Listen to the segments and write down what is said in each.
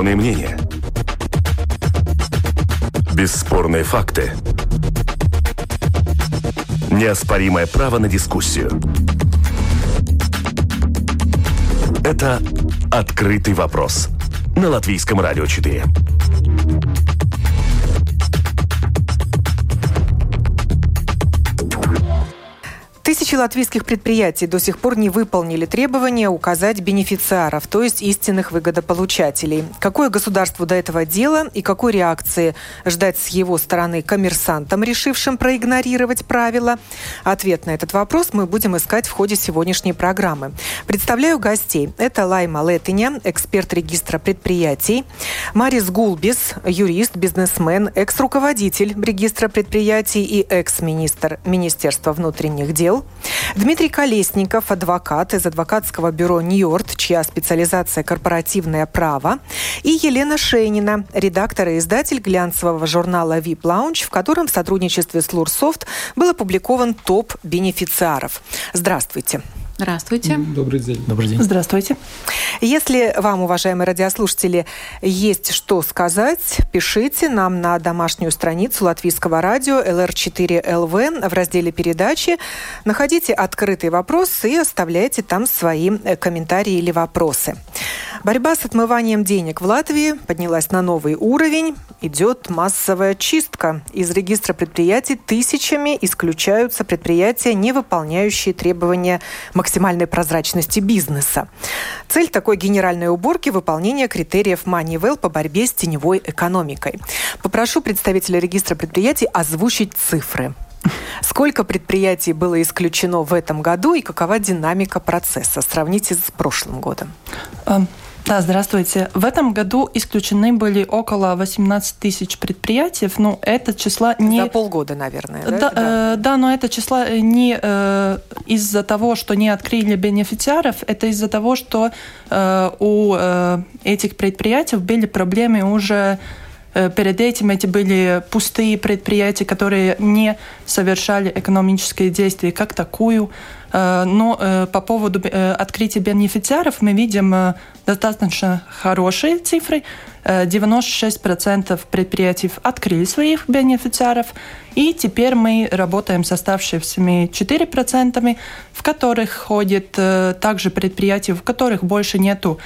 Объективные мнения. Бесспорные факты. Неоспоримое право на дискуссию. Это «Открытый вопрос» на Латвийском радио 4. Тысячи латвийских предприятий до сих пор не выполнили требования указать бенефициаров, то есть истинных выгодополучателей. Какое государству до этого дело и какой реакции ждать с его стороны коммерсантам, решившим проигнорировать правила? Ответ на этот вопрос мы будем искать в ходе сегодняшней программы. Представляю гостей. Это Лайма Летиня, эксперт регистра предприятий, Марис Гулбис, юрист, бизнесмен, экс-руководитель регистра предприятий и экс-министр Министерства внутренних дел, Дмитрий Колесников, адвокат из адвокатского бюро «Ньорд», чья специализация «Корпоративное право», и Елена Шейнина, редактор и издатель глянцевого журнала VIP Lounge, в котором в сотрудничестве с Лурсофт был опубликован топ бенефициаров. Здравствуйте. Здравствуйте. Добрый день. Добрый день. Здравствуйте. Если вам, уважаемые радиослушатели, есть что сказать, пишите нам на домашнюю страницу Латвийского радио LR4LV в разделе «Передачи». Находите «Открытый вопрос» и оставляйте там свои комментарии или вопросы. Борьба с отмыванием денег в Латвии поднялась на новый уровень. Идет массовая чистка. Из регистра предприятий тысячами исключаются предприятия, не выполняющие требования максимальной прозрачности бизнеса. Цель такой генеральной уборки – выполнение критериев Moneywell по борьбе с теневой экономикой. Попрошу представителя регистра предприятий озвучить цифры. Сколько предприятий было исключено в этом году и какова динамика процесса? Сравните с прошлым годом. Да, здравствуйте. В этом году исключены были около 18 тысяч предприятий, но это число не... За полгода, наверное, да, но это число не из-за того, что не открыли бенефициаров, это из-за того, что у этих предприятий были проблемы уже... Перед этим эти были пустые предприятия, которые не совершали экономические действия как такую. Но по поводу открытия бенефициаров мы видим достаточно хорошие цифры. 96% предприятий открыли своих бенефициаров. И теперь мы работаем с оставшимися 4%, в которых ходят также предприятия, в которых больше нету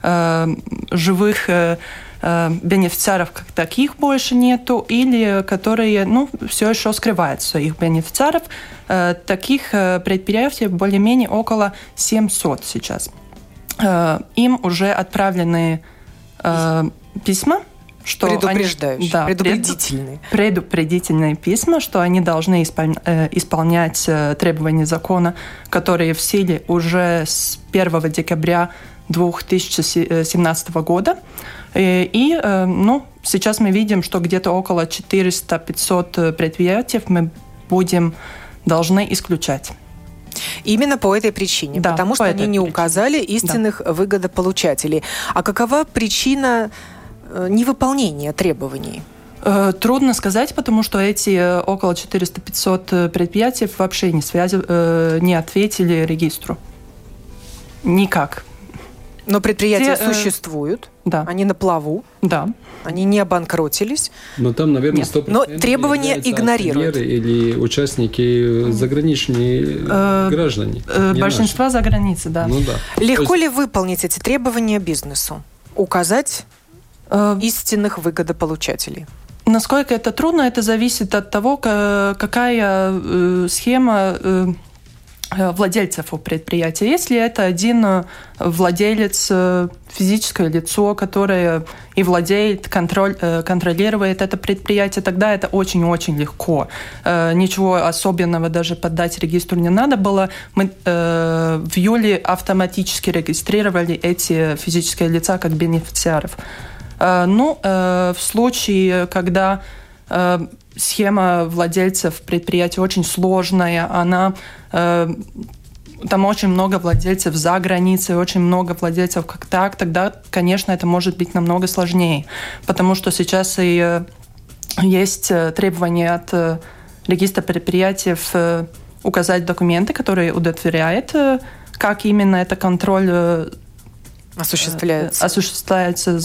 живых бенефициаров как таких больше нету, или которые все еще скрывают своих бенефициаров. Таких предприятий более-менее около 700 сейчас. Им уже отправлены письма, что предупреждающие, предупредительные письма, что они должны исполнять требования закона, которые в силе уже с 1 декабря 2017 года. И сейчас мы видим, что где-то около 400-500 предприятий мы должны исключать. Именно по этой причине, да, потому что они не указали истинных выгодополучателей. А какова причина невыполнения требований? Трудно сказать, потому что эти около 400-500 предприятий вообще не ответили регистру. Никак. Но предприятия существуют, да. Они на плаву, да. Они не обанкротились. Но там, наверное, 100% но требования игнорируют. Или участники заграничные граждане. Большинство за границей, да. Легко ли выполнить эти требования бизнесу? Указать истинных выгодополучателей? Насколько это трудно, это зависит от того, какая схема владельцев у предприятия. Если это один владелец, физическое лицо, которое и владеет, контролирует это предприятие, тогда это очень-очень легко. Ничего особенного даже подать регистру не надо было. Мы в июле автоматически регистрировали эти физические лица как бенефициаров. В случае, когда схема владельцев предприятия очень сложная, там очень много владельцев за границей, очень много владельцев как так, тогда, конечно, это может быть намного сложнее, потому что сейчас и есть требования от регистра предприятий указать документы, которые удостоверяют, как именно это контроль осуществляется.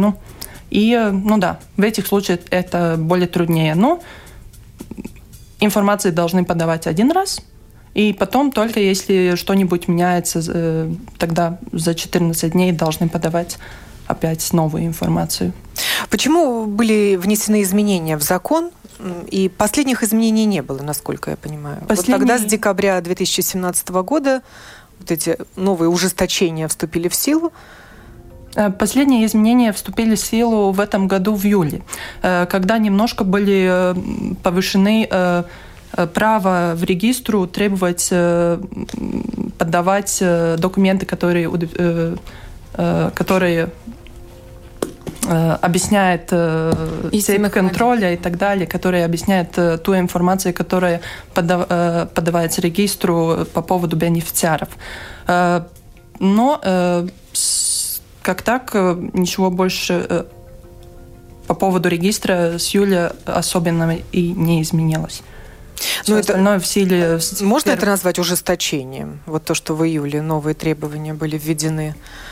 В этих случаях это более труднее. Но информацию должны подавать один раз, и потом только если что-нибудь меняется, тогда за 14 дней должны подавать опять новую информацию. Почему были внесены изменения в закон, и последних изменений не было, насколько я понимаю? Вот тогда, с декабря 2017 года, вот эти новые ужесточения вступили в силу. Последние изменения вступили в силу в этом году в июле, когда немножко были повышены право в регистру требовать подавать документы, которые объясняет цепь контроля и так далее, которые объясняют ту информацию, которая подавается регистру по поводу бенефициаров. Но как так, ничего больше по поводу регистра с июля особенно и не изменилось. Все остальное в силе... Можно это назвать ужесточением? Вот то, что в июле новые требования были введены.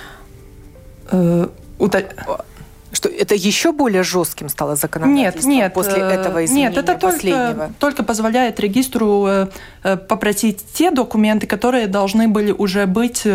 Что это еще более жестким стало законодательством после этого изменения последнего? Нет, это только позволяет регистру попросить те документы, которые должны были уже быть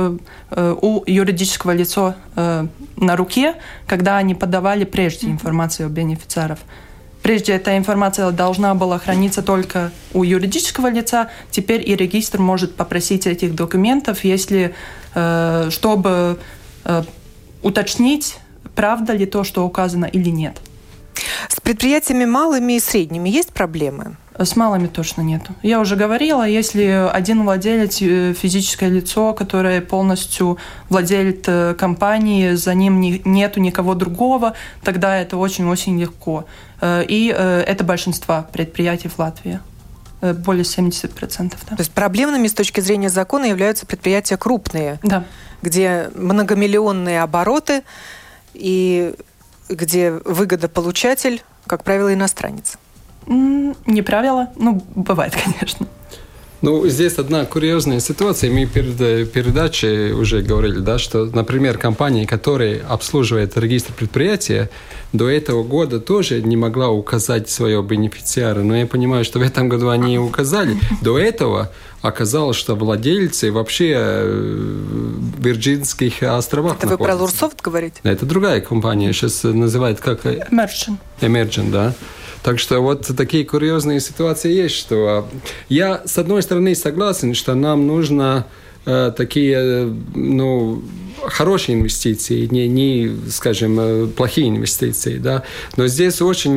у юридического лица на руке, когда они подавали прежде информацию о бенефициарах. Прежде эта информация должна была храниться только у юридического лица, теперь и регистр может попросить этих документов, если чтобы уточнить, правда ли то, что указано, или нет. С предприятиями малыми и средними есть проблемы? С малыми точно нет. Я уже говорила, если один владелец, физическое лицо, которое полностью владеет компанией, за ним нету никого другого, тогда это очень-очень легко. И это большинство предприятий в Латвии. Более 70%. Да. То есть проблемными с точки зрения закона являются предприятия крупные, да, где многомиллионные обороты и где выгодополучатель, как правило, иностранец. Не правило, бывает, конечно. Здесь одна курьезная ситуация. Мы перед передачей уже говорили, да, что, например, компания, которая обслуживает регистр предприятия, до этого года тоже не могла указать своего бенефициара. Но я понимаю, что в этом году они указали. До этого оказалось, что владельцы вообще Вирджинских островах Это находятся. Вы про Лурсофт говорите? Это другая компания. Сейчас называют как... Emergent, да. Так что вот такие курьезные ситуации есть, что я, с одной стороны, согласен, что нам нужно такие, хорошие инвестиции, не, скажем, плохие инвестиции, да. Но здесь очень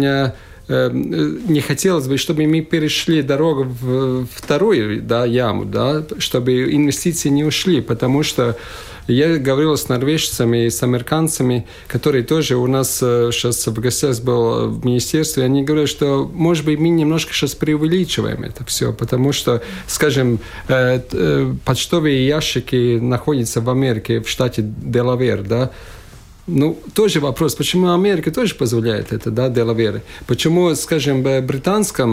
не хотелось бы, чтобы мы перешли дорогу в вторую, да, яму, да, чтобы инвестиции не ушли, потому что я говорил с норвежцами и с американцами, которые тоже у нас сейчас в гостях был в министерстве, они говорят, что, может быть, мы немножко сейчас преувеличиваем это все, потому что, скажем, почтовые ящики находятся в Америке, в штате Делавер, да. Тоже вопрос, почему Америка тоже позволяет это, да, Делавер? Почему, скажем, в Британской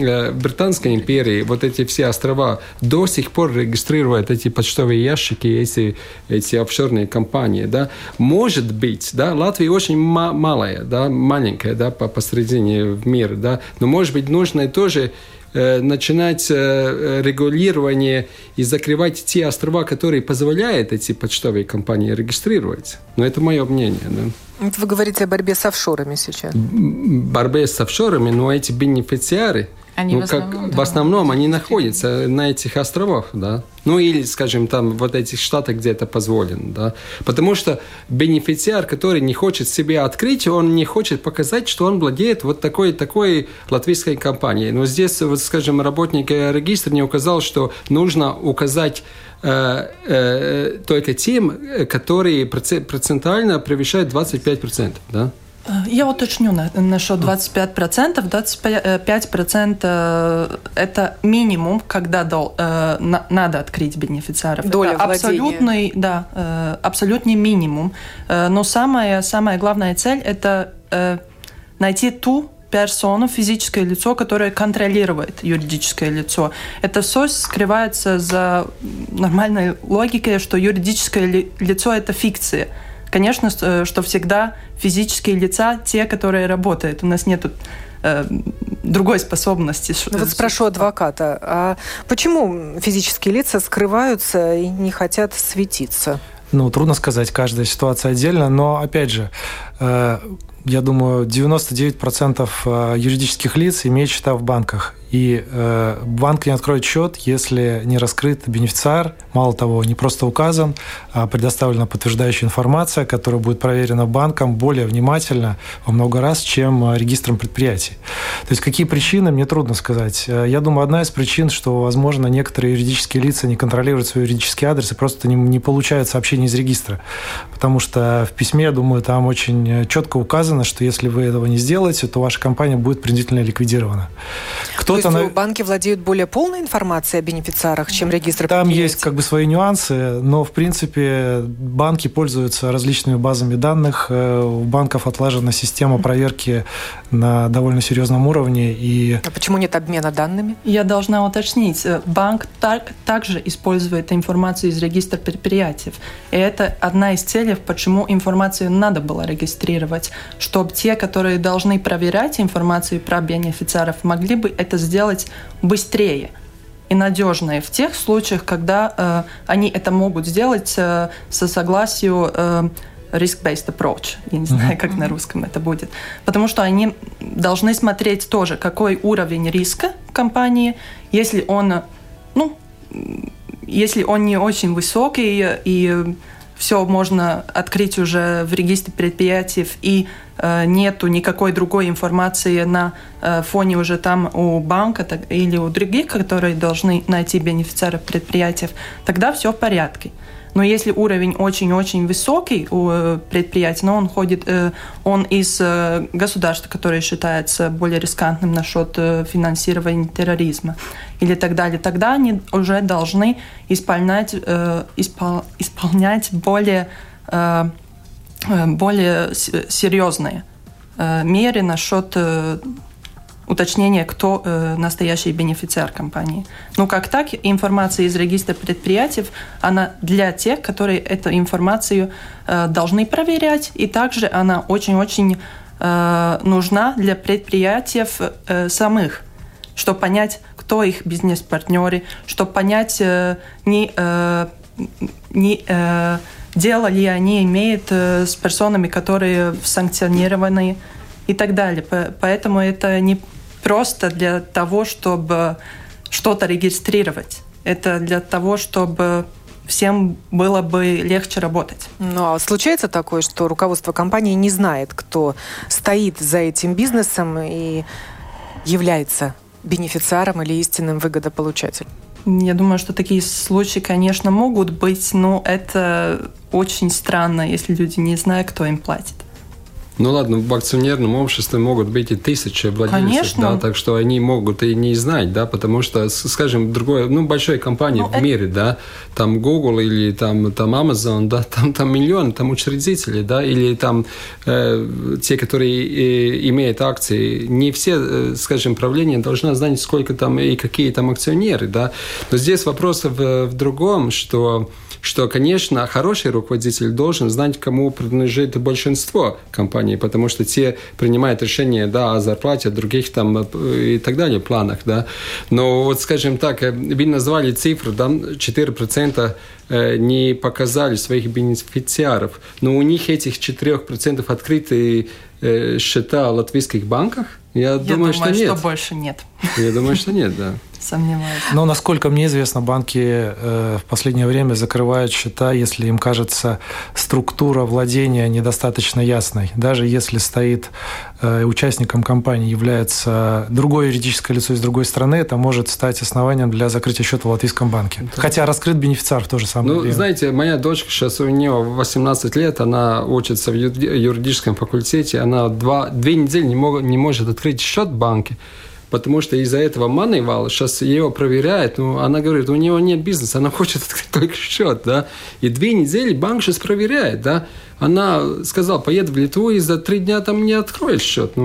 империи вот эти все острова до сих пор регистрируют эти почтовые ящики, эти офшорные компании, да? Может быть, да, Латвия очень малая, да, маленькая, да, посредине мира, да, но, может быть, нужно тоже начинать регулирование и закрывать те острова, которые позволяют эти почтовые компании регистрировать. Но это мое мнение. Да. Это вы говорите о борьбе с офшорами сейчас. Борьбе с офшорами, но эти бенефициары, в основном они находятся на этих островах, да. Или, скажем, там вот этих штатах, где это позволено, да. Потому что бенефициар, который не хочет себя открыть, он не хочет показать, что он владеет вот такой латвийской компанией. Но здесь, вот, скажем, работник регистра не указал, что нужно указать только тем, которые процентуально превышают 25%, да. Я уточню насчет 25%. 25% это минимум, когда надо открыть бенефициаров. Доля это абсолютный минимум. Но самая главная цель – это найти ту персону, физическое лицо, которое контролирует юридическое лицо. Это все скрывается за нормальной логикой, что юридическое лицо – это фикция. Конечно, что всегда физические лица те, которые работают. У нас нет другой способности. Вот спрошу адвоката, а почему физические лица скрываются и не хотят светиться? Трудно сказать, каждая ситуация отдельно, но, опять же, я думаю, 99% юридических лиц имеют счета в банках. И банк не откроет счет, если не раскрыт бенефициар. Мало того, не просто указан, а предоставлена подтверждающая информация, которая будет проверена банком более внимательно во много раз, чем регистром предприятий. То есть какие причины, мне трудно сказать. Я думаю, одна из причин, что, возможно, некоторые юридические лица не контролируют свой юридический адрес и просто не получают сообщений из регистра. Потому что в письме, я думаю, там очень четко указано, что если вы этого не сделаете, то ваша компания будет принудительно ликвидирована. То есть банки владеют более полной информацией о бенефициарах, чем регистр предприятий? Там есть свои нюансы, но, в принципе, банки пользуются различными базами данных. У банков отлажена система проверки на довольно серьезном уровне. А почему нет обмена данными? Я должна уточнить. Банк также использует информацию из регистра предприятий. И это одна из целей, почему информацию надо было регистрировать, чтобы те, которые должны проверять информацию про бенефициаров, могли бы это сделать быстрее и надежнее в тех случаях, когда они это могут сделать со согласию risk-based approach. Я не знаю, как на русском это будет. Потому что они должны смотреть тоже, какой уровень риска компании. Если он не очень высокий, и все можно открыть уже в регистре предприятий, и нету никакой другой информации на фоне уже там у банка или у других, которые должны найти бенефициаров предприятий, тогда все в порядке. Но если уровень очень-очень высокий у предприятия, но он из государства, которое считается более рискантным насчет финансирования терроризма или так далее, тогда они уже должны исполнять более серьезные меры насчет уточнения, кто настоящий бенефициар компании. Как так, информация из регистра предприятий, она для тех, которые эту информацию должны проверять, и также она очень-очень нужна для предприятий самих, чтобы понять, кто их бизнес-партнеры, чтобы понять, дело ли они имеют с персонами, которые санкционированы и так далее. Поэтому это не просто для того, чтобы что-то регистрировать. Это для того, чтобы всем было бы легче работать. А случается такое, что руководство компании не знает, кто стоит за этим бизнесом и является бенефициаром или истинным выгодополучателем? Я думаю, что такие случаи, конечно, могут быть, но это очень странно, если люди не знают, кто им платит. Ладно, в акционерном обществе могут быть и тысячи владельцев, конечно. Да, так что они могут и не знать, да, потому что, скажем, большой компании в мире, да, там Google или там Amazon, да, там миллион, там учредителей, да, или там те, которые имеют акции, не все, скажем, правление должно знать, сколько там и какие там акционеры, да, но здесь вопрос в другом, что, конечно, хороший руководитель должен знать, кому принадлежит большинство компаний, потому что те принимают решения, да, о зарплате, о других там и так далее планах, да. Но вот, скажем так, вы назвали цифру, да, 4% не показали своих бенефициаров, но у них этих 4% открытые счета в латвийских банках? Я думаю, что нет. Что больше нет. Я думаю, что нет, да. Сомневаюсь. Но, насколько мне известно, банки в последнее время закрывают счета, если им кажется структура владения недостаточно ясной. Даже если стоит участником компании, является другое юридическое лицо из другой страны, это может стать основанием для закрытия счета в латвийском банке. Да. Хотя раскрыт бенефициар в то же самое время. Знаете, моя дочка сейчас, у нее 18 лет, она учится в юридическом факультете, она 2 недели не может открыть счет в банке, потому что из-за этого Moneyval сейчас ее проверяет, она говорит, у нее нет бизнеса, она хочет открыть только счет, да, и 2 недели банк сейчас проверяет, да, она сказала, поеду в Литву и за 3 дня там не откроет счет,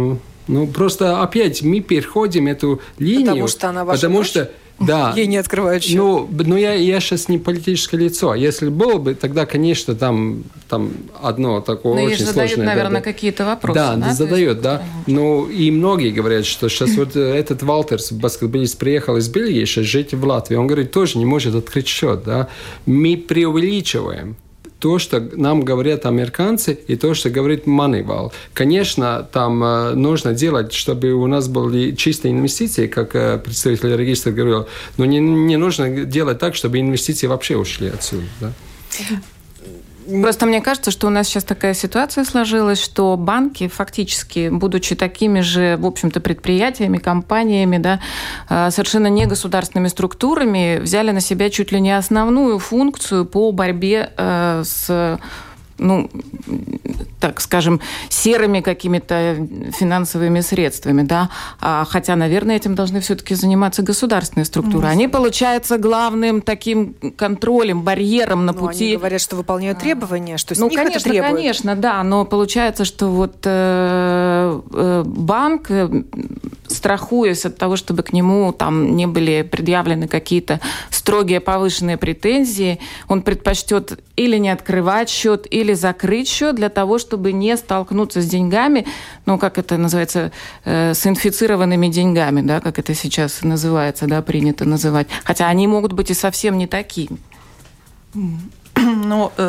Ну, просто опять мы переходим эту линию. Потому что она ваша дочь? Да. Ей не открывают счет. Ну я сейчас не политическое лицо. Если было бы, тогда, конечно, там одно такое но очень сложное. Но задают, наверное, какие-то вопросы. Да, задают, да. Ну, и многие говорят, что сейчас вот этот Валтерс, баскетболист, приехал из Бельгии сейчас жить в Латвии. Он говорит, тоже не может открыть счет, да. Мы преувеличиваем то, что нам говорят американцы, и то, что говорит Moneyball. Конечно, там нужно делать, чтобы у нас были чистые инвестиции, как представитель регистра говорил, но не нужно делать так, чтобы инвестиции вообще ушли отсюда. Да? Просто мне кажется, что у нас сейчас такая ситуация сложилась, что банки фактически, будучи такими же, в общем-то, предприятиями, компаниями, да, совершенно не государственными структурами, взяли на себя чуть ли не основную функцию по борьбе с, ну, так скажем, серыми какими-то финансовыми средствами, да, хотя, наверное, этим должны все-таки заниматься государственные структуры. Они, получается, главным таким контролем, барьером на пути. Они говорят, что выполняют требования, что с них конечно, это требуют. Конечно, да, но получается, что вот банк, страхуясь от того, чтобы к нему там не были предъявлены какие-то строгие повышенные претензии, он предпочтет или не открывать счет, или закрыть счет для того, чтобы не столкнуться с деньгами, ну, как это называется, с инфицированными деньгами, да, как это сейчас называется, да, принято называть. Хотя они могут быть и совсем не такими. Ну,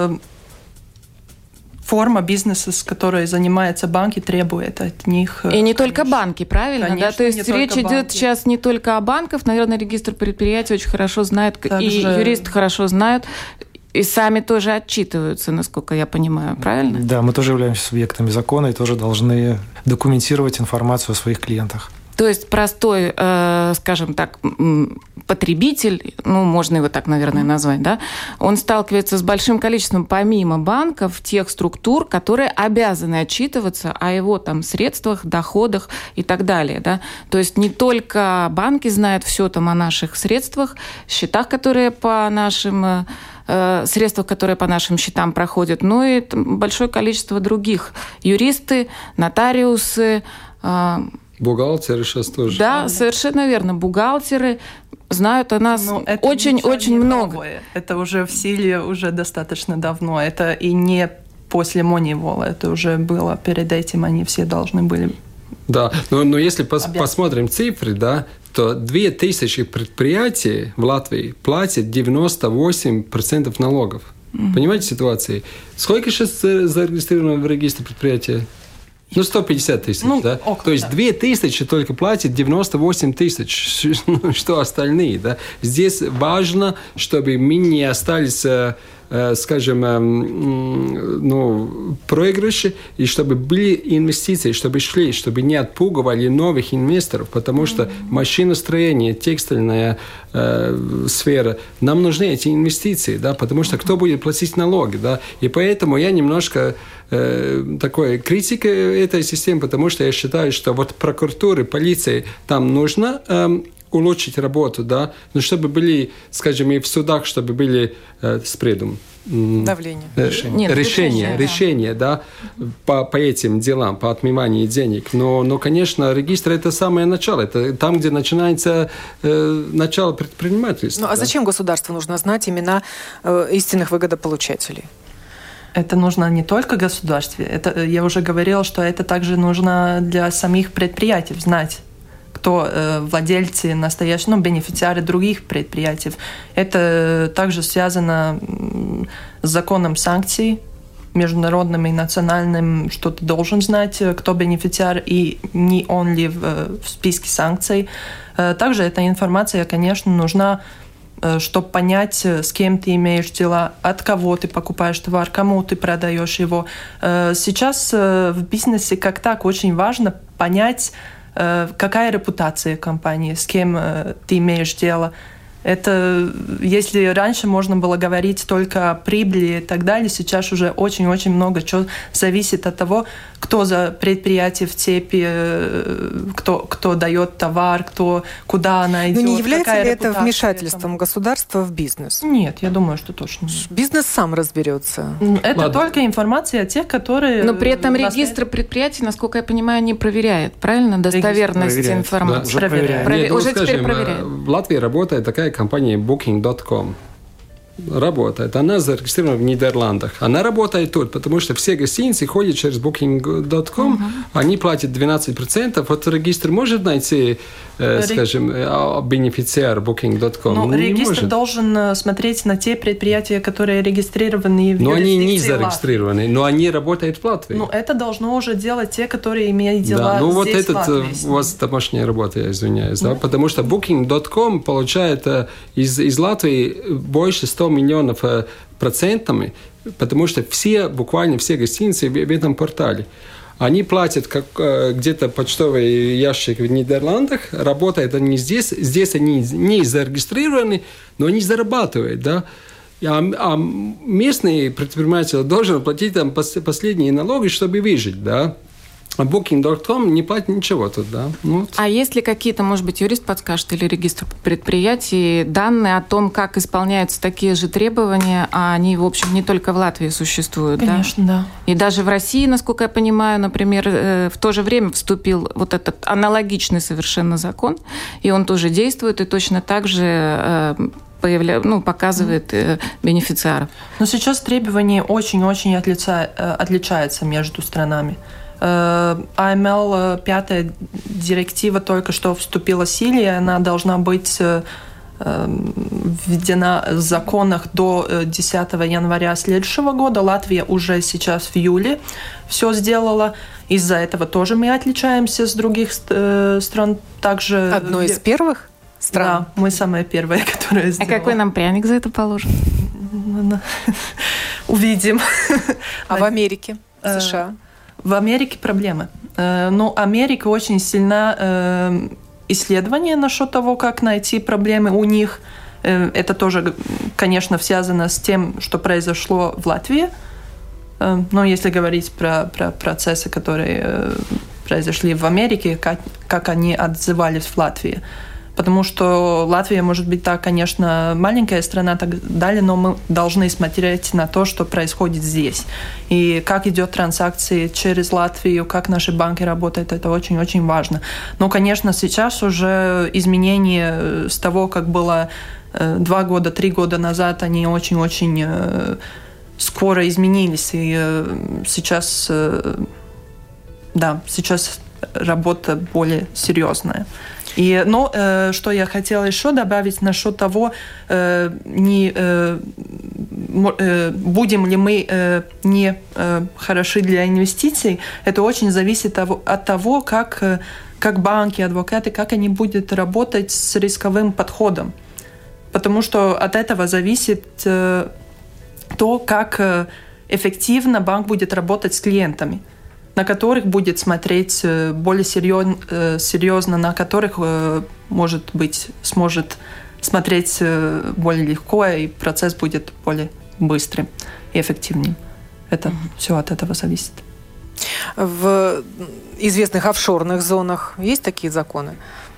форма бизнеса, с которой занимаются банки, требует от них... И не только банки, правильно? Конечно, да? То есть речь идет сейчас не только о банках. Наверное, регистр предприятий очень хорошо знает, также... и юристы хорошо знают, и сами тоже отчитываются, насколько я понимаю, правильно? Да, мы тоже являемся субъектами закона и тоже должны документировать информацию о своих клиентах. То есть простой, скажем так, потребитель, ну, можно его так, наверное, назвать, да, он сталкивается с большим количеством, помимо банков, тех структур, которые обязаны отчитываться о его там средствах, доходах и так далее, да. То есть не только банки знают все там о наших средствах, счетах, которые по нашим средствах, которые по нашим счетам проходят, но и большое количество других. Юристы, нотариусы, бухгалтеры сейчас тоже. Да, совершенно верно. Бухгалтеры знают о нас очень-очень много. Новое. Это уже в силе уже достаточно давно. Это и не после Moneyball. Это уже было перед этим. Они все должны были... Да, но если посмотрим цифры, да, то 2000 предприятий в Латвии платят 98% налогов. Понимаете ситуацию? Сколько сейчас зарегистрировано в регистре предприятия? 150 тысяч, да? То есть 2000 только платят 98 тысяч. Что остальные, да? Здесь важно, чтобы мы не остались, скажем, проигрыши, и чтобы были инвестиции, чтобы шли, чтобы не отпугивали новых инвесторов, потому что машиностроение, текстильная сфера, нам нужны эти инвестиции, да, потому что кто будет платить налоги, да, и поэтому я немножко такой критика этой системы, потому что я считаю, что вот прокуратуре, полиции там нужно улучшить работу, да, но чтобы были, скажем, и в судах, чтобы были спредом. Давление. Решение, да, по этим делам, по отмыванию денег. Но, конечно, регистр – это самое начало. Это там, где начинается начало предпринимательства. Ну, а зачем государству нужно знать имена истинных выгодополучателей? Это нужно не только государству. Это, я уже говорила, что это также нужно для самих предприятий знать, кто владельцы настоящие, бенефициары других предприятий. Это также связано с законом санкций, международным и национальным, что ты должен знать, кто бенефициар, и не он ли в списке санкций. Также эта информация, конечно, нужна, чтобы понять, с кем ты имеешь дела, от кого ты покупаешь товар, кому ты продаешь его. Сейчас в бизнесе как так очень важно понять, какая репутация компании, с кем ты имеешь дело. Это, если раньше можно было говорить только о прибыли и так далее, сейчас уже очень-очень много чего зависит от того, кто за предприятие в цепи, кто дает товар, куда она идет. Но не является ли это вмешательством государства в бизнес? Нет, я думаю, что точно нет. Бизнес сам разберется. Это только информация о тех, которые... Но при этом регистр предприятий, насколько я понимаю, не проверяет, правильно? Достоверность информации. Да, уже проверяет. Уже теперь проверяет. В Латвии работает такая компания Booking.com. Работает. Она зарегистрирована в Нидерландах. Она работает тут, потому что все гостиницы ходят через Booking.com, они платят 12%. Вот регистр может найти, скажем, бенефициар Booking.com? Но регистр должен смотреть на те предприятия, которые регистрированы в юрисдикции. Но они не зарегистрированы, но они работают в Латвии. Ну, это должно уже делать те, которые имеют дела здесь, ну вот в Латвии. У вас домашняя работа, я извиняюсь, да? Потому что Booking.com получает из Латвии больше 100 миллионов процентами, потому что буквально все гостиницы в этом портале. Они платят где-то почтовый ящик в Нидерландах, работают они здесь они не зарегистрированы, но они зарабатывают, да. А местный предприниматель должен платить там последние налоги, чтобы выжить, да. Booking.com не платит ничего тут, да. Вот. А есть ли какие-то, может быть, юрист подскажет или регистр предприятий, данные о том, как исполняются такие же требования, а они, в общем, не только в Латвии существуют, Конечно, да? И даже в России, насколько я понимаю, например, в то же время вступил вот этот аналогичный совершенно закон, и он тоже действует, и точно так же показывает бенефициаров. Но сейчас требования очень-очень отличаются между странами. AML 5 директива только что вступила в силу, и она должна быть введена в законах до 10 января следующего года. Латвия уже сейчас в июле все сделала. Из-за этого тоже мы отличаемся с других стран. Также одной из первых стран? Да, мы самые первые, которые сделали. А какой нам пряник за это положен? Увидим. А в Америке, в США? В Америке проблемы. Но Америка очень сильна исследование насчет того, как найти проблемы у них. Это тоже, конечно, связано с тем, что произошло в Латвии. Но если говорить про процессы, которые произошли в Америке, как они отзывались в Латвии. Потому что Латвия, может быть, так, конечно, маленькая страна, так далее, но мы должны смотреть на то, что происходит здесь. И как идет транзакции через Латвию, как наши банки работают, это очень-очень важно. Но, конечно, сейчас уже изменения с того, как было 2 года, 3 года назад, они очень-очень скоро изменились. И сейчас, сейчас работа более серьезная. Но что я хотела еще добавить насчет того, будем ли мы не хороши для инвестиций, это очень зависит от того, как банки, адвокаты, как они будут работать с рисковым подходом. Потому что от этого зависит то, как эффективно банк будет работать с клиентами, на которых будет смотреть более серьезно, на которых, может быть, сможет смотреть более легко, и процесс будет более быстрым и эффективнее. Это все от этого зависит. В известных офшорных зонах есть такие законы?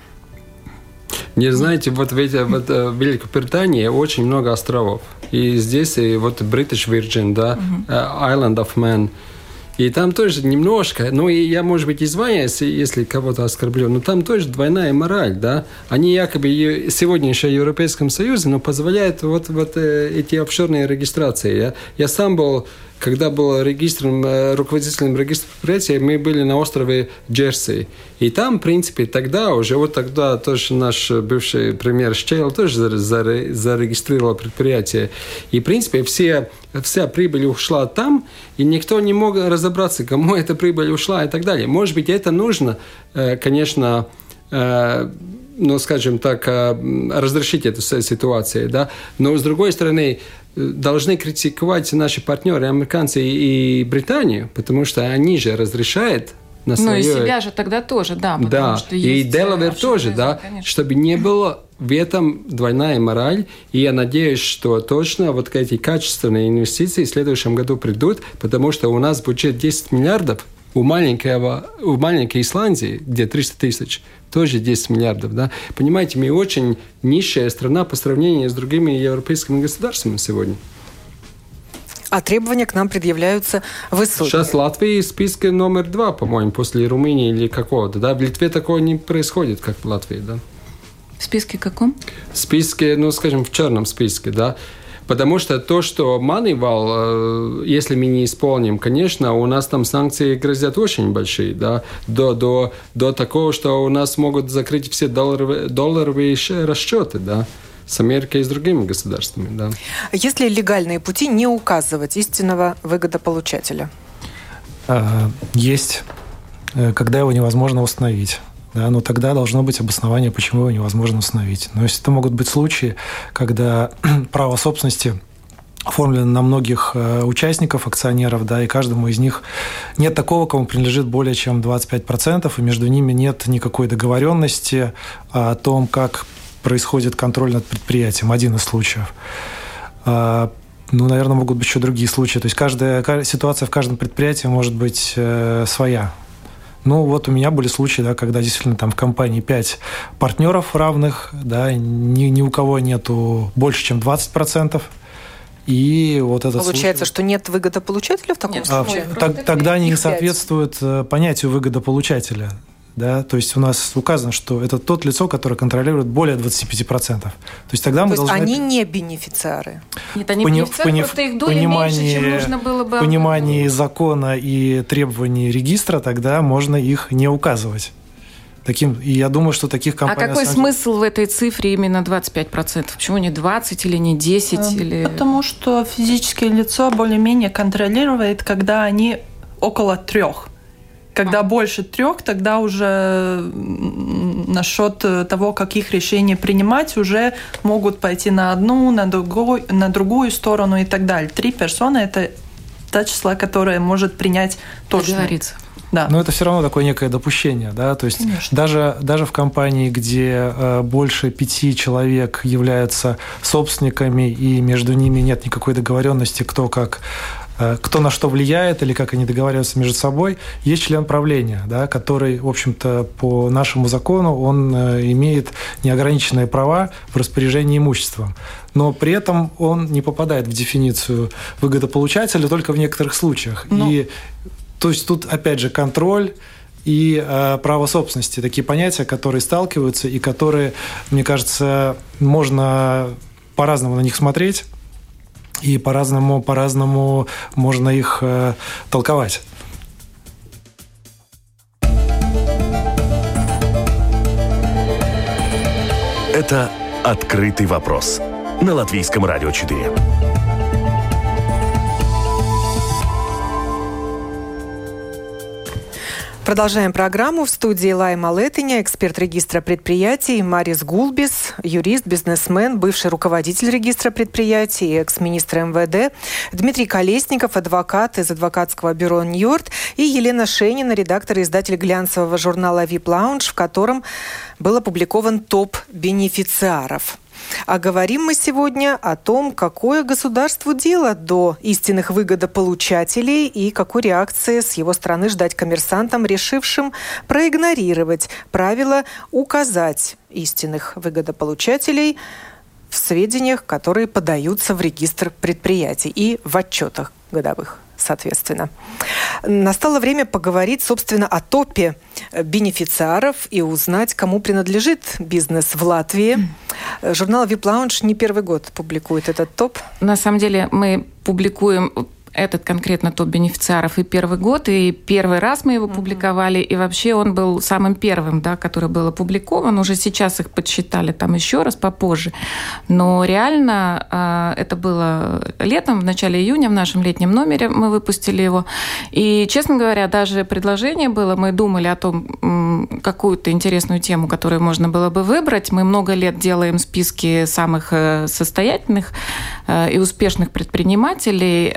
Не знаете, вот в Великобритании очень много островов. И здесь вот British Virgin, да, Island of Man. И там тоже немножко, и я, может быть, извиняюсь, если кого-то оскорблю, но там тоже двойная мораль, да. Они якобы сегодня еще в Европейском Союзе, но позволяют вот эти офшорные регистрации. Я сам был, когда был руководителем регистра предприятия, мы были на острове Джерси. И там, в принципе, тогда тоже наш бывший премьер Штейл тоже зарегистрировал предприятие. И, в принципе, вся прибыль ушла там, и никто не мог разобраться, кому эта прибыль ушла и так далее. Может быть, это нужно, конечно, скажем так, разрешить эту ситуацию, да? Но, с другой стороны, должны критиковать наши партнеры, американцы и Британию, потому что они же разрешают на свое... Ну, и себя же тогда тоже, да. Да, что и Делавер тоже, да, конечно. Чтобы не было в этом двойная мораль. И я надеюсь, что точно вот эти качественные инвестиции в следующем году придут, потому что у нас бюджет 10 миллиардов, у маленькой Исландии, где 300 тысяч, тоже 10 миллиардов. Да? Понимаете, мы очень нищая страна по сравнению с другими европейскими государствами сегодня. А требования к нам предъявляются высокие. Сейчас Латвия в списке номер 2, по-моему, после Румынии или какого-то. Да? В Литве такого не происходит, как в Латвии. Да? В списке каком? В списке, ну, скажем, в черном списке, да. Потому что то, что Moneyval, если мы не исполним, конечно, у нас там санкции грозят очень большие, да, до такого, что у нас могут закрыть все долларовые расчеты, да, с Америкой и с другими государствами, да. Есть ли легальные пути не указывать истинного выгодополучателя? Есть, когда его невозможно установить. Да, но тогда должно быть обоснование, почему его невозможно установить. Но если это могут быть случаи, когда право собственности оформлено на многих участников, акционеров, да, и каждому из них нет такого, кому принадлежит более чем 25%, и между ними нет никакой договоренности о том, как происходит контроль над предприятием. Один из случаев. Ну, наверное, могут быть еще другие случаи. То есть каждая ситуация в каждом предприятии может быть своя. Ну, вот у меня были случаи, да, когда действительно там в компании 5 партнеров равных, да, ни у кого нету больше, чем 20%. И вот этот Получается, случай... что нет выгодополучателя в таком случае? Тогда не соответствует понятию выгодополучателя. Да? То есть у нас указано, что это тот лицо, которое контролирует более 25%. То есть тогда мы должны... они не бенефициары? Нет, они бенефициары, просто их доля меньше, чем нужно было бы... В понимании закона и требований регистра тогда можно их не указывать. И я думаю, что таких компаний... А какой смысл в этой цифре именно 25%? Почему не 20 или не 10? Или... Потому что физическое лицо более-менее контролирует, когда они около 3. Когда больше 3, тогда уже насчет того, каких решений принимать, уже могут пойти на одну, на другую сторону и так далее. 3 персоны – это та числа, которая может принять точно. Договориться. Да. Но это все равно такое некое допущение. Да? То есть даже в компании, где больше 5 человек являются собственниками, и между ними нет никакой договоренности, кто на что влияет или как они договариваются между собой, есть член правления, да, который, в общем-то, по нашему закону, он имеет неограниченные права в распоряжении имуществом. Но при этом он не попадает в дефиницию выгодополучателя только в некоторых случаях. И, то есть тут, опять же, контроль и право собственности. Такие понятия, которые сталкиваются и которые, мне кажется, можно по-разному на них смотреть. И по-разному можно их толковать. Это «Открытый вопрос» на Латвийском радио 4. Продолжаем программу. В студии Лайма Летиня, эксперт регистра предприятий, Марис Гулбис, юрист, бизнесмен, бывший руководитель регистра предприятий, экс-министр МВД, Дмитрий Колесников, адвокат из адвокатского бюро «Ньорд», и Елена Шенина, редактор и издатель глянцевого журнала VIP Lounge, в котором был опубликован топ бенефициаров. А говорим мы сегодня о том, какое государству дело до истинных выгодополучателей и какой реакции с его стороны ждать коммерсантам, решившим проигнорировать правило указать истинных выгодополучателей в сведениях, которые подаются в регистр предприятий и в отчетах годовых, соответственно. Настало время поговорить, собственно, о топе бенефициаров и узнать, кому принадлежит бизнес в Латвии. Журнал VIP Lounge не первый год публикует этот топ. На самом деле мы публикуем этот конкретно топ бенефициаров и первый год, и первый раз мы его публиковали, и вообще он был самым первым, да, который был опубликован. Уже сейчас их подсчитали там еще раз попозже. Но реально это было летом, в начале июня, в нашем летнем номере мы выпустили его. И, честно говоря, даже предложение было, мы думали о том, какую-то интересную тему, которую можно было бы выбрать. Мы много лет делаем списки самых состоятельных и успешных предпринимателей.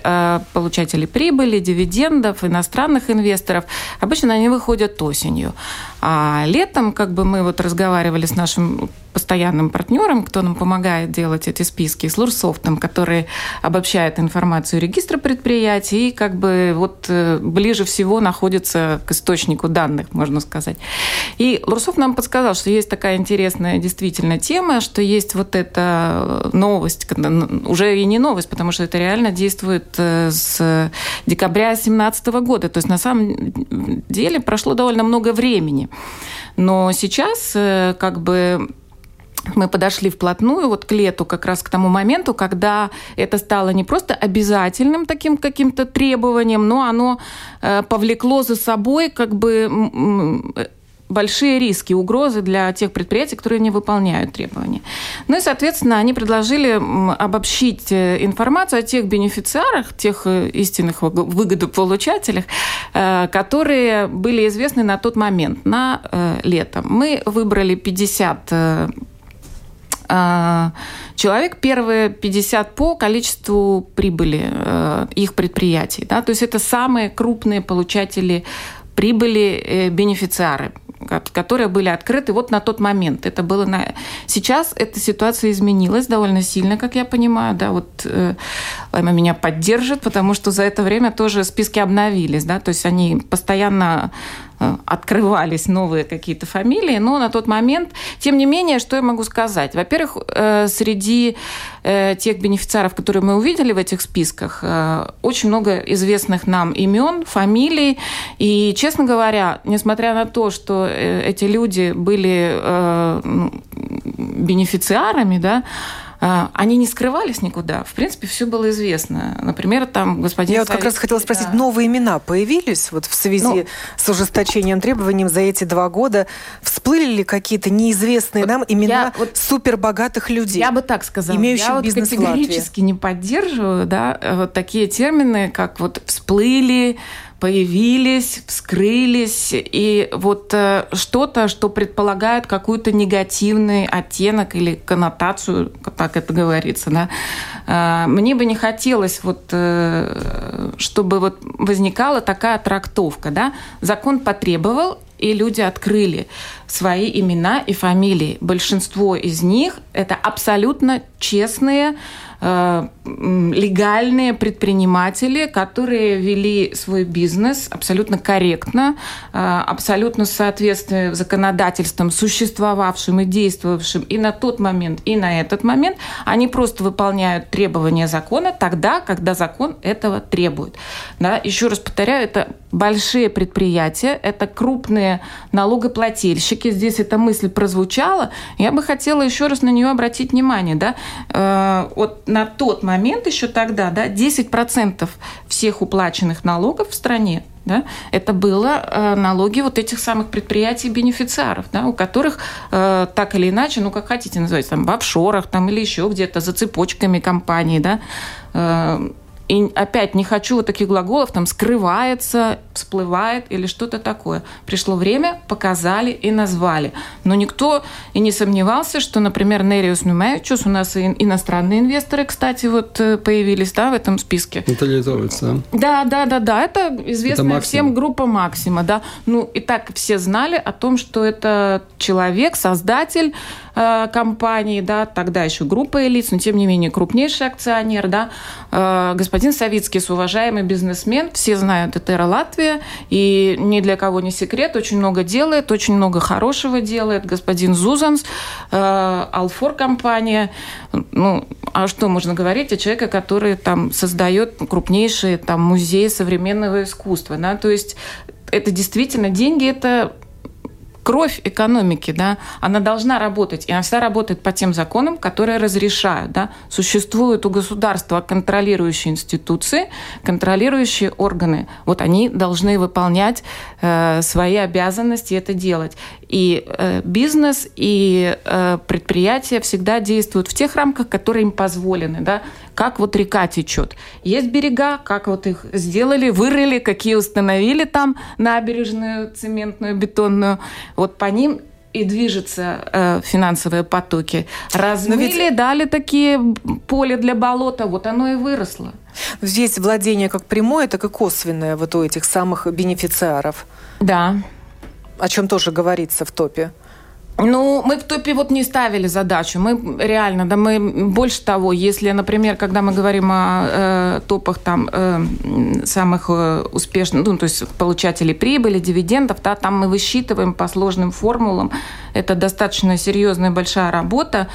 получателей прибыли, дивидендов, иностранных инвесторов, обычно они выходят осенью. А летом, как бы мы вот разговаривали с нашим постоянным партнером, кто нам помогает делать эти списки, с Лурсофтом, который обобщает информацию регистра предприятий и как бы вот ближе всего находится к источнику данных, можно сказать. И Лурсофт нам подсказал, что есть такая интересная действительно тема, что есть вот эта новость, уже и не новость, потому что это реально действует с декабря 2017 года. То есть на самом деле прошло довольно много времени. Но сейчас как бы мы подошли вплотную вот к лету, как раз к тому моменту, когда это стало не просто обязательным таким каким-то требованием, но оно повлекло за собой как бы большие риски, угрозы для тех предприятий, которые не выполняют требования. Ну и, соответственно, они предложили обобщить информацию о тех бенефициарах, тех истинных выгодополучателях, которые были известны на тот момент, на лето. Мы выбрали 50 человек, первые 50 по количеству прибыли их предприятий. Да? То есть это самые крупные получатели прибыли, бенефициары, которые были открыты вот на тот момент. Это было Сейчас эта ситуация изменилась довольно сильно, как я понимаю. Да, вот Лайма меня поддержит, потому что за это время тоже списки обновились. Да, то есть они постоянно открывались новые какие-то фамилии, но на тот момент, тем не менее, что я могу сказать? Во-первых, среди тех бенефициаров, которые мы увидели в этих списках, очень много известных нам имен, фамилий, и, честно говоря, несмотря на то, что эти люди были бенефициарами, да, они не скрывались никуда. В принципе, все было известно. Например, там господин... Я вот как раз хотела спросить, новые имена появились вот в связи с ужесточением требований за эти 2 года? Всплыли ли какие-то неизвестные нам имена супербогатых людей? Я бы так сказала. Имеющих бизнес в Латвии. Я категорически не поддерживаю, да, вот такие термины, как вот всплыли, появились, вскрылись, и вот что-то, что предполагает какой-то негативный оттенок или коннотацию, так это говорится, да. Мне бы не хотелось, вот, чтобы вот возникала такая трактовка, да. Закон потребовал, и люди открыли свои имена и фамилии. Большинство из них – это абсолютно честные, легальные предприниматели, которые вели свой бизнес абсолютно корректно, абсолютно в соответствии с законодательством, существовавшим и действовавшим и на тот момент, и на этот момент. Они просто выполняют требования закона тогда, когда закон этого требует. Да? Еще раз повторяю, это большие предприятия, это крупные налогоплательщики. Здесь эта мысль прозвучала. Я бы хотела еще раз на нее обратить внимание. Да? Вот на тот момент еще тогда, да, 10% всех уплаченных налогов в стране, да, это было налоги вот этих самых предприятий-бенефициаров, да, у которых так или иначе, ну как хотите называть, там, в офшорах там, или еще где-то за цепочками компаний, да, и опять не хочу вот таких глаголов, там, скрывается, всплывает или что-то такое. Пришло время, показали и назвали. Но никто и не сомневался, что, например, Нериус Нумевичус, у нас и иностранные инвесторы, кстати, вот появились, да, в этом списке. Это литовец, да? Да. Это известная всем группа Максима, да. Ну, и так все знали о том, что это человек, создатель компании, да, тогда еще группа лиц, но тем не менее крупнейший акционер, да, господин Савицкис, уважаемый бизнесмен, все знают, это Эра Латвия, и ни для кого не секрет, очень много делает, очень много хорошего делает. Господин Зузанс, Алфор компания, ну, а что можно говорить о человеке, который там создает крупнейшие там музеи современного искусства, да, то есть это действительно деньги, это кровь экономики, да, она должна работать, и она всегда работает по тем законам, которые разрешают, да. Существуют у государства контролирующие институции, контролирующие органы. Вот они должны выполнять свои обязанности и это делать. И бизнес, и предприятия всегда действуют в тех рамках, которые им позволены, да. Как вот река течет. Есть берега, как вот их сделали, вырыли, какие установили там набережную цементную, бетонную. Вот по ним и движутся финансовые потоки. Размыли, дали такие поле для болота, вот оно и выросло. Здесь владение как прямое, так и косвенное вот у этих самых бенефициаров. Да. О чем тоже говорится в топе. Ну, мы в топе вот не ставили задачу. Мы реально, да, мы больше того, если, например, когда мы говорим о топах там самых успешных, ну, то есть получателей прибыли, дивидендов, да, там мы высчитываем по сложным формулам. Это достаточно серьезная большая работа.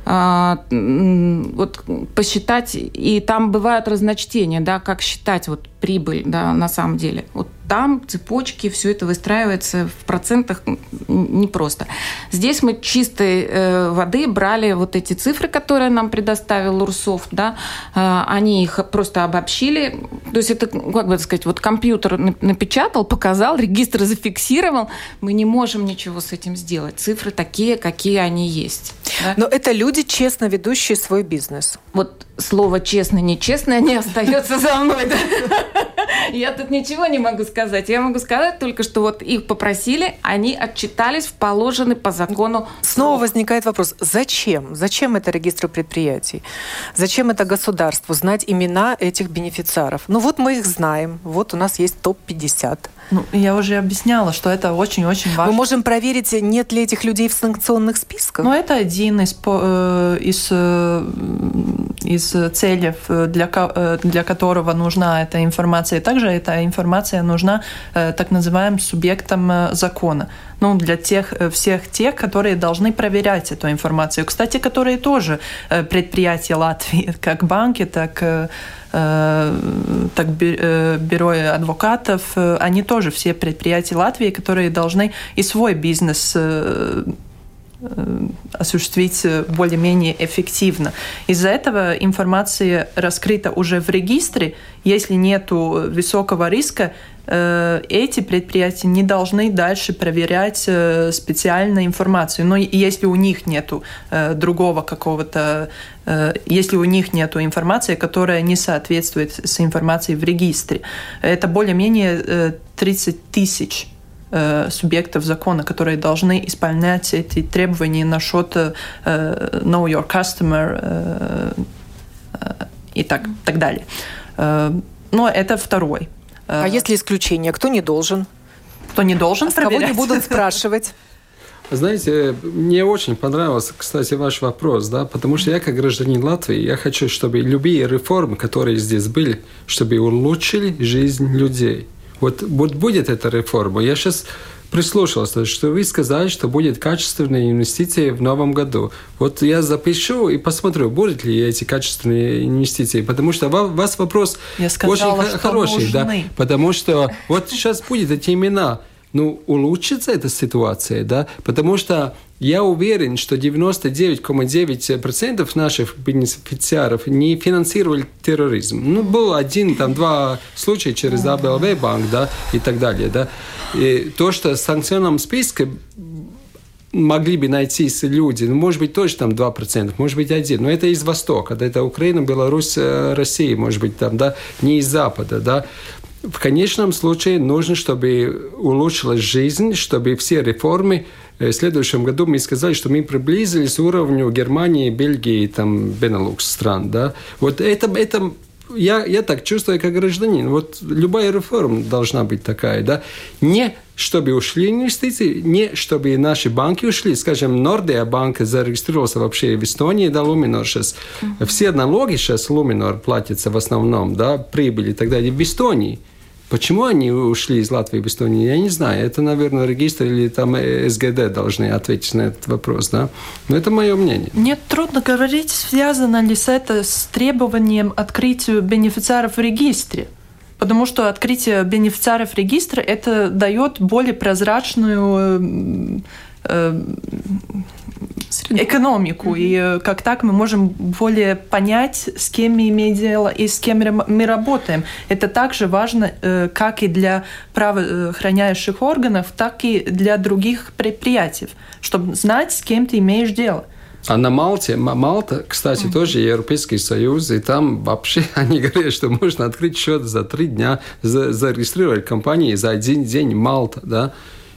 Вот посчитать, и там бывают разночтения, да, как считать вот прибыль, да, на самом деле. Вот там цепочки, все это выстраивается в процентах непросто. Здесь мы чистой воды брали вот эти цифры, которые нам предоставил Лурсофт, да, они их просто обобщили. То есть это, как бы сказать, вот компьютер напечатал, показал, регистр зафиксировал. Мы не можем ничего с этим сделать. Цифры такие, какие они есть. Да? Но это люди, честно ведущие свой бизнес. Вот слово честно-нечестно не остается за мной. Да? Я тут ничего не могу сказать. Я могу сказать только, что вот их попросили, они отчитались в положенный по закону. Снова возникает вопрос, зачем? Зачем это регистру предприятий? Зачем это государству знать имена этих бенефициаров? Ну вот мы их знаем, вот у нас есть топ-50. Ну, я уже объясняла, что это очень-очень важно. Мы можем проверить, нет ли этих людей в санкционных списках? Ну, это один из целей, для которого нужна эта информация. Также эта информация нужна так называемым субъектам закона. Ну, для всех тех, которые должны проверять эту информацию. Кстати, которые тоже предприятия Латвии, как банки, так бюро адвокатов, они тоже все предприятия Латвии, которые должны и свой бизнес осуществить более-менее эффективно. Из-за этого информация раскрыта уже в регистре. Если нет высокого риска, эти предприятия не должны дальше проверять специальную информацию. Но если у них нет другого какого-то, если у них нет информации, которая не соответствует с информацией в регистре, это более-менее 30 тысяч субъектов закона, которые должны исполнять эти требования насчет know your customer и так далее. Но это второй. А есть ли исключения? Кто не должен? Кто не должен проверять? Кого не будут спрашивать? Знаете, мне очень понравился, кстати, ваш вопрос, да, потому что я, как гражданин Латвии, я хочу, чтобы любые реформы, которые здесь были, чтобы улучшили жизнь людей. Вот будет эта реформа. Я сейчас прислушался, что вы сказали, что будет качественные инвестиции в новом году. Вот я запишу и посмотрю, будут ли эти качественные инвестиции. Потому что у вас вопрос очень хороший. Да? Потому что вот сейчас будут эти имена. Ну, улучшится эта ситуация, да? Потому что я уверен, что 99,9% наших бенефициаров не финансировали терроризм. Ну, был один-два случая через АБЛВ банк, да, и так далее, да. И то, что в санкционном списке могли бы найтись люди, ну, может быть, тоже там 2%, может быть, 1%, но это из Востока, да, это Украина, Беларусь, Россия, может быть, там, да, не из Запада, да. В конечном случае нужно, чтобы улучшилась жизнь, чтобы все реформы в следующем году мы сказали, что мы приблизились к уровню Германии, Бельгии, там, Бенелукс стран. Да? Вот это я так чувствую, как гражданин. Вот любая реформа должна быть такая. Да? Не чтобы ушли инвестиции, не чтобы наши банки ушли. Скажем, Nordea банк зарегистрировался вообще в Эстонии, да, Luminor сейчас. Все налоги сейчас Luminor платятся в основном, да, прибыли и так далее, в Эстонии. Почему они ушли из Латвии в Эстонию, я не знаю. Это, наверное, регистр или там СГД должны ответить на этот вопрос. Да? Но это мое мнение. Мне трудно говорить, связано ли это с требованием открытия бенефициаров в регистре. Потому что открытие бенефициаров регистра это дает более прозрачную экономику. И как так мы можем более понять, с кем мы имеем дело и с кем мы работаем. Это также важно как и для правоохраняющих органов, так и для других предприятий, чтобы знать, с кем ты имеешь дело. А на Малта, кстати, тоже Европейский Союз, и там вообще они говорят, что можно открыть счет за 3 дня, зарегистрировать компанию за 1 день Малта, да.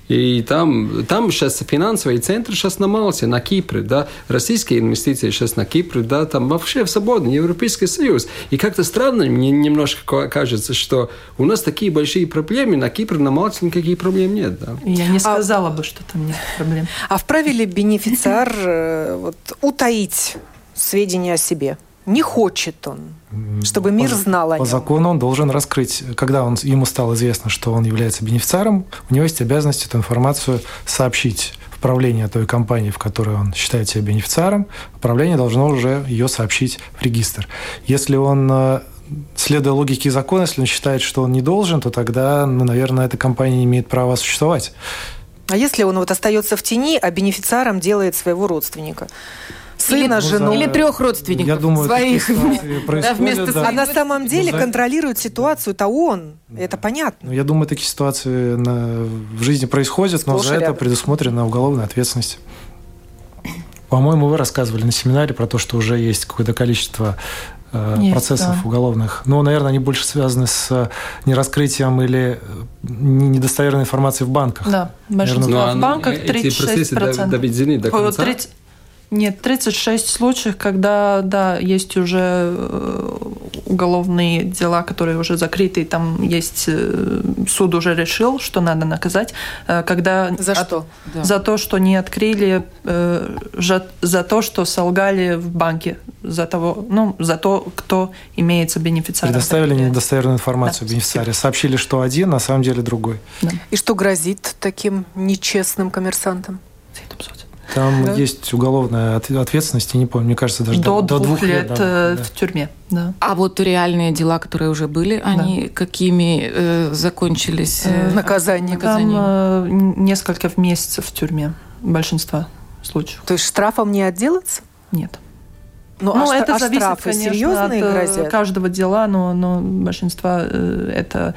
И там сейчас финансовый центр сейчас на Мальте, на Кипре, да, российские инвестиции сейчас на Кипре, да, там вообще в свободный Европейский Союз. И как-то странно мне немножко кажется, что у нас такие большие проблемы, на Кипре, на Мальте никаких проблем нет, да. Я не сказала бы, что там нет проблем. А вправе ли бенефициар утаить сведения о себе? Не хочет он, чтобы мир знал о нем. По закону он должен раскрыть, когда ему стало известно, что он является бенефициаром, у него есть обязанность эту информацию сообщить в правление той компании, в которой он считает себя бенефициаром. Правление должно уже ее сообщить в регистр. Если он, следуя логике закона, если он считает, что он не должен, то тогда, наверное, эта компания не имеет права существовать. А если он остается в тени, а бенефициаром делает своего родственника? Сына, жену. Или 3 родственников, я думаю, своих. Да. А на самом деле контролирует ситуацию-то он. Это понятно. Я думаю, такие ситуации в жизни происходят, но за это предусмотрена уголовная ответственность. По-моему, вы рассказывали на семинаре про то, что уже есть какое-то количество процессов уголовных. Но, наверное, они больше связаны с нераскрытием или недостоверной информацией в банках. Да, большинство в банках 36%. Эти процессы доведены до конца? Нет, 36 случаев, когда, да, есть уже уголовные дела, которые уже закрыты, и там есть, суд уже решил, что надо наказать. Когда за что? За то, что не открыли, за то, что солгали в банке, за то, кто имеется бенефициаром. Предоставили недостоверную информацию бенефициаре. Сообщили, что один, на самом деле другой. Да. И что грозит таким нечестным коммерсантам? Там есть уголовная ответственность, я не помню, мне кажется, даже до 2 лет в тюрьме. Да. А вот реальные дела, которые уже были, они какими закончились? Наказанием? Там несколько месяцев в тюрьме, большинство случаев. То есть штрафом не отделаться? Нет. Это зависит, штрафы, конечно, серьезные от грозят? Каждого дела, но большинство это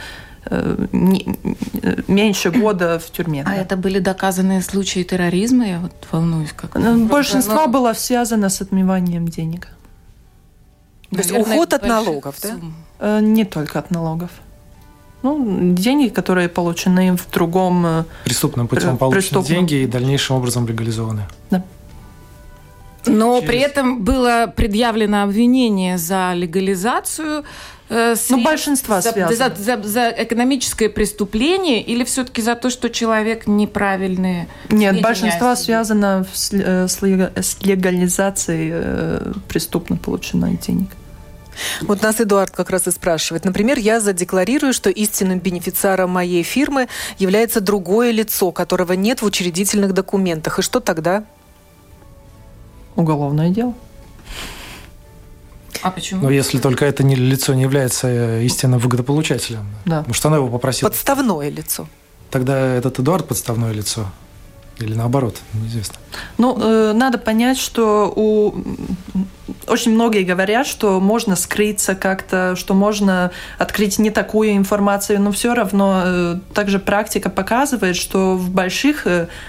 меньше года в тюрьме. А это были доказанные случаи терроризма? Я волнуюсь. Большинство было связано с отмыванием денег. То есть уход от налогов, да? Не только от налогов. Деньги, которые получены в другом... Преступным путем получены деньги и дальнейшим образом легализованы. Да. Но при этом было предъявлено обвинение за легализацию большинство связано. За экономическое преступление или все-таки за то, что человек неправильные... Нет, большинство связано с легализацией преступно полученных денег. Вот нас Эдуард как раз и спрашивает. Например, я задекларирую, что истинным бенефициаром моей фирмы является другое лицо, которого нет в учредительных документах. И что тогда? Уголовное дело. А почему? Но если только это лицо не является истинным выгодополучателем. Да. Потому что она его попросила. Подставное лицо. Тогда этот Эдуард подставное лицо. Или наоборот, неизвестно. Надо понять, что очень многие говорят, что можно скрыться как-то, что можно открыть не такую информацию, но все равно также практика показывает, что в больших,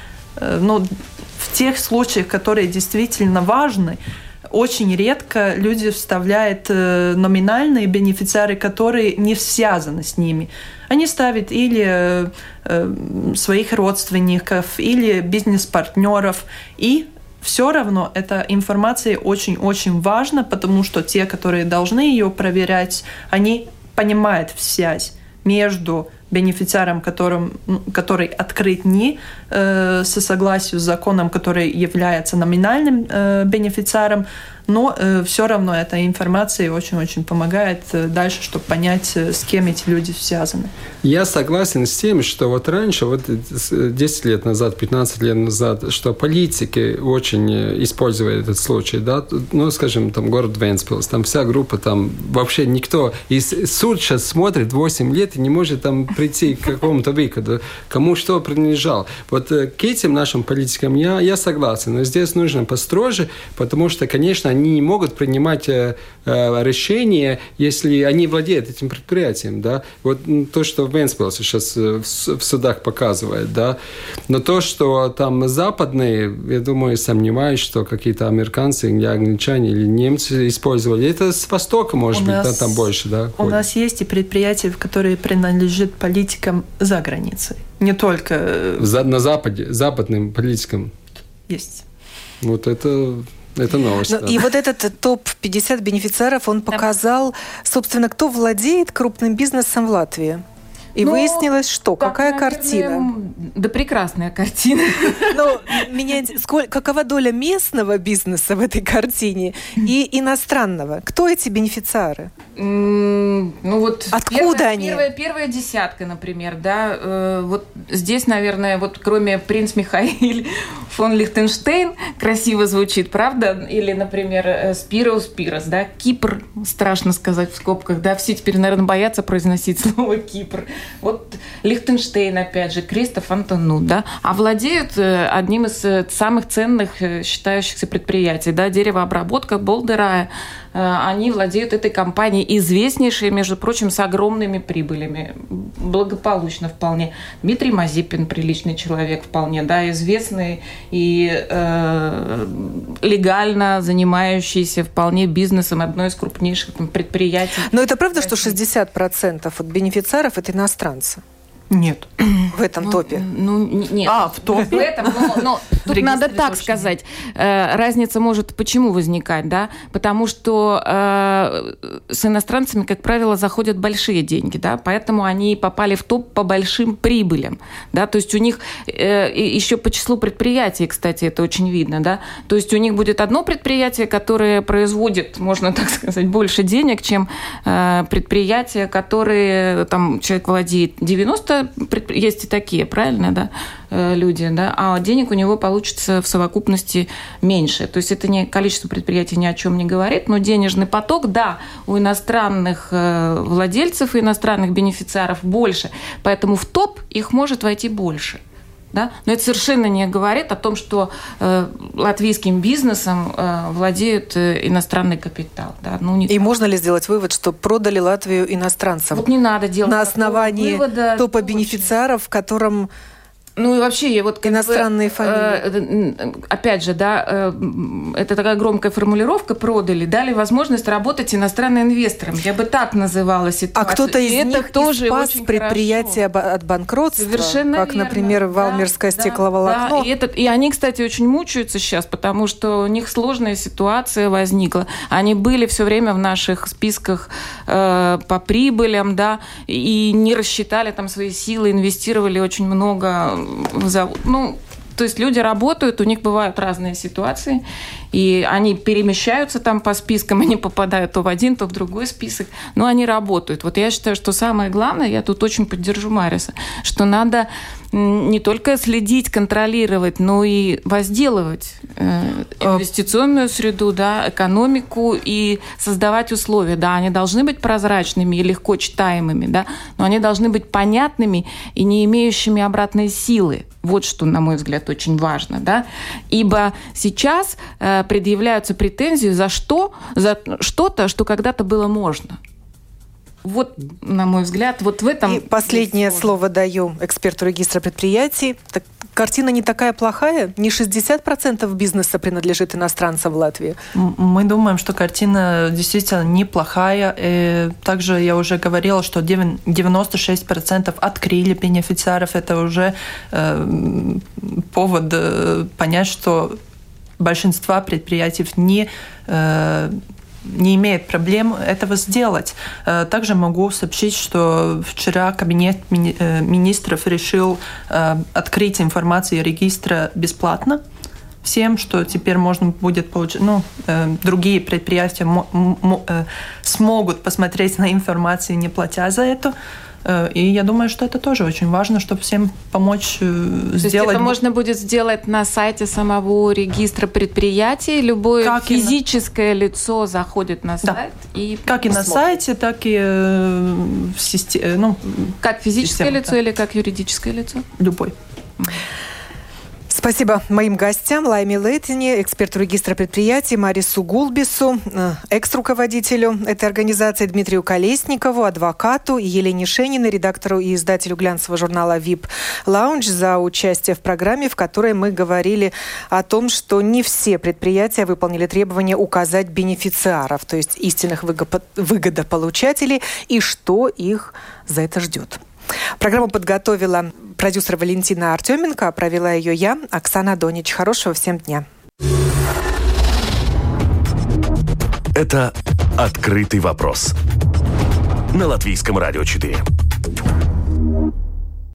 в тех случаях, которые действительно важны, очень редко люди вставляют номинальные бенефициары, которые не связаны с ними. Они ставят или своих родственников, или бизнес-партнеров. И все равно эта информация очень-очень важна, потому что те, которые должны ее проверять, они понимают связь между бенефициаром, который открыт не со согласием с законом, который является номинальным бенефициаром, но все равно эта информация очень-очень помогает дальше, чтобы понять, с кем эти люди связаны. Я согласен с тем, что вот раньше, 10 лет назад, 15 лет назад, что политики очень использовали этот случай, да, скажем, там город Вентспилс, там вся группа, там вообще никто, и суд сейчас смотрит 8 лет и не может там прийти к какому-то выходу, кому что принадлежал. Вот к этим нашим политикам я согласен, но здесь нужно построже, потому что, конечно, они не могут принимать решения, если они владеют этим предприятием, да. Вот то, что Вентспилс сейчас в судах показывает, да. Но то, что там западные, я думаю, сомневаюсь, что какие-то американцы, или англичане, или немцы использовали. Это с Востока, может быть, там больше, да. У нас есть и предприятия, которые принадлежат политикам за границей. Не только... На Западе, западным политикам. Есть. Вот это новость. Да. И вот этот топ-50 бенефициаров, он показал, собственно, кто владеет крупным бизнесом в Латвии. И выяснилось, что? Какая картина? Да прекрасная картина. Но какова доля местного бизнеса в этой картине и иностранного? Кто эти бенефициары? Откуда они? Первая десятка, например, да. Вот здесь, наверное, вот кроме принц Михаил фон Лихтенштейн, красиво звучит, правда? Или, например, Спирос, да. Кипр, страшно сказать в скобках, да. Все теперь, наверное, боятся произносить слово Кипр. Вот Лихтенштейн, опять же, Кристоф Антону, да, а владеют одним из самых ценных считающихся предприятий, да, деревообработка Болдерая. Они владеют этой компанией, известнейшей, между прочим, с огромными прибылями, благополучно вполне. Дмитрий Мазепин, приличный человек вполне, да, известный и легально занимающийся вполне бизнесом, одно из крупнейших предприятий. Но это правда, что 60% от бенефициаров – это иностранцы? Нет. В этом топе? Нет. В топе? В этом, но тут надо так сказать. Разница может почему возникать, да? Потому что с иностранцами, как правило, заходят большие деньги, да? Поэтому они попали в топ по большим прибылям, да? То есть у них еще по числу предприятий, кстати, это очень видно, да? То есть у них будет одно предприятие, которое производит, можно так сказать, больше денег, чем предприятия, которые там человек владеет 90. Есть и такие, правильно, да, люди, да, а денег у него получится в совокупности меньше. То есть это не количество предприятий ни о чем не говорит, но денежный поток, да, у иностранных владельцев и иностранных бенефициаров больше, поэтому в топ их может войти больше. Да? Но это совершенно не говорит о том, что латвийским бизнесом владеет иностранный капитал. Да? И можно ли сделать вывод, что продали Латвию иностранцам? Вот не надо делать на основании топа бенефициаров, в котором... Ну и вообще, вот иностранные фамилии. Опять же, да, это такая громкая формулировка, продали, дали возможность работать иностранным инвесторам. Я бы так называла ситуацию. А кто-то из них тоже спас предприятие от банкротства, совершенно как, верно. Например, Валмерское стекловолокно. Да. И они, кстати, очень мучаются сейчас, потому что у них сложная ситуация возникла. Они были все время в наших списках по прибылям, да, и не рассчитали там свои силы, инвестировали очень много в завод. То есть люди работают, у них бывают разные ситуации, и они перемещаются там по спискам, они попадают то в один, то в другой список, но они работают. Вот я считаю, что самое главное, я тут очень поддержу Мариса, что надо не только следить, контролировать, но и возделывать инвестиционную среду, да, экономику и создавать условия. Да, они должны быть прозрачными и легко читаемыми, да, но они должны быть понятными и не имеющими обратной силы. Вот что, на мой взгляд, очень важно. Да? Ибо сейчас предъявляются претензии за что-то, что когда-то было можно. Вот, на мой взгляд, вот в этом... И последнее слово даю эксперту регистра предприятий. Так, картина не такая плохая? Не 60% бизнеса принадлежит иностранцам в Латвии? Мы думаем, что картина действительно неплохая. И также я уже говорила, что 96% открыли бенефициаров. Это уже повод понять, что большинство предприятий не имеет проблем этого сделать. Также могу сообщить, что вчера Кабинет министров решил открыть информацию регистра бесплатно всем, что теперь можно будет получить, другие предприятия смогут посмотреть на информацию, не платя за это. И я думаю, что это тоже очень важно, чтобы всем помочь сделать. То есть это можно будет сделать на сайте самого регистра предприятий. Любое физическое лицо заходит на сайт и как и на сайте, так и в системе. Как физическое лицо или как юридическое лицо? Любой. Спасибо моим гостям Лайме Лейтине, эксперту регистра предприятий, Марису Гулбису, экс-руководителю этой организации, Дмитрию Колесникову, адвокату, и Елене Шениной, редактору и издателю глянцевого журнала VIP Lounge, за участие в программе, в которой мы говорили о том, что не все предприятия выполнили требования указать бенефициаров, то есть истинных выгодополучателей, и что их за это ждет. Программу подготовила продюсер Валентина Артеменко, а провела ее я, Оксана Донич. Хорошего всем дня. Это «Открытый вопрос» на Латвийском радио 4.